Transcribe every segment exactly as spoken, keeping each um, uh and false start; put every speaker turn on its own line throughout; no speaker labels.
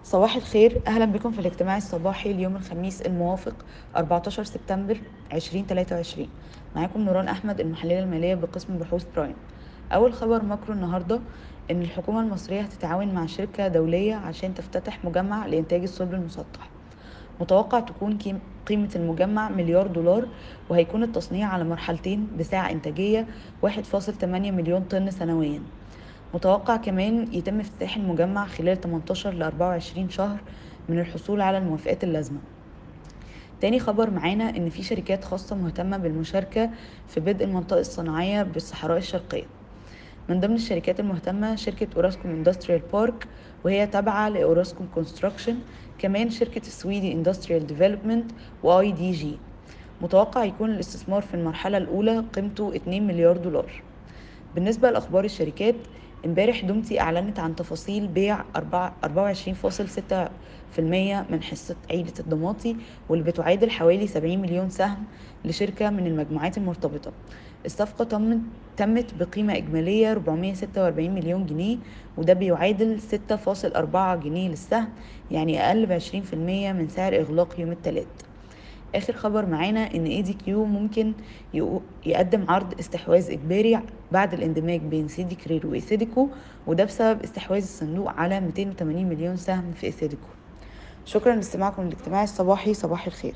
صباح الخير، أهلا بكم في الاجتماع الصباحي اليوم الخميس الموافق أربعتاشر سبتمبر ألفين وتلاتة وعشرين. معاكم نوران أحمد، المحللة المالية بقسم بحوث برايم. أول خبر ماكرو النهاردة إن الحكومة المصرية هتتعاون مع شركة دولية عشان تفتتح مجمع لإنتاج الصلب المسطح. متوقع تكون كيم- قيمة المجمع مليار دولار، وهيكون التصنيع على مرحلتين بسعة إنتاجية واحد فاصل تمانية مليون طن سنويا. متوقع كمان يتم افتتاح المجمع خلال تمنتاشر ل أربعة وعشرين شهر من الحصول على الموافقات اللازمة. تاني خبر معانا إن في شركات خاصة مهتمة بالمشاركة في بدء المنطقة الصناعية بالصحراء الشرقية. من ضمن الشركات المهتمة شركة أوراسكوم اندستريال بارك، وهي تابعة لأوراسكوم كونستراكشن، كمان شركة السويدي اندستريال ديفلوبمنت واي دي جي. متوقع يكون الاستثمار في المرحلة الأولى قيمته اتنين مليار دولار. بالنسبة لأخبار الشركات، امبارح دومتي أعلنت عن تفاصيل بيع أربعة وعشرين فاصل ستة في المية من حصة عيلة الضماطي، واللي بتعادل حوالي سبعين مليون سهم لشركة من المجموعات المرتبطة. الصفقة تمت تمت بقيمة إجمالية أربعمية ستة وأربعين مليون جنيه، وده بيعادل ستة فاصل أربعة جنيه للسهم، يعني أقل بعشرين في المية من سعر إغلاق يوم الثلاث. اخر خبر معانا ان اي دي كيو ممكن يقو- يقدم عرض استحواذ اجباري بعد الاندماج بين سيدي كرير وايثيديكو، وده بسبب استحواذ الصندوق على مئتين وثمانين مليون سهم في ايثيديكو. شكرا لاستماعكم للاجتماع الصباحي. صباح الخير.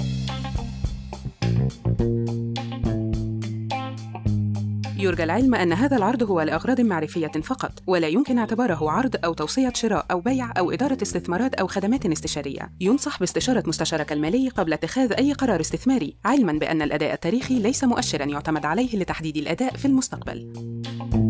يرجى العلم أن هذا العرض هو لأغراض معرفية فقط، ولا يمكن اعتباره عرض أو توصية شراء أو بيع أو إدارة استثمارات أو خدمات استشارية. ينصح باستشارة مستشارك المالي قبل اتخاذ أي قرار استثماري، علماً بأن الأداء التاريخي ليس مؤشراً يعتمد عليه لتحديد الأداء في المستقبل.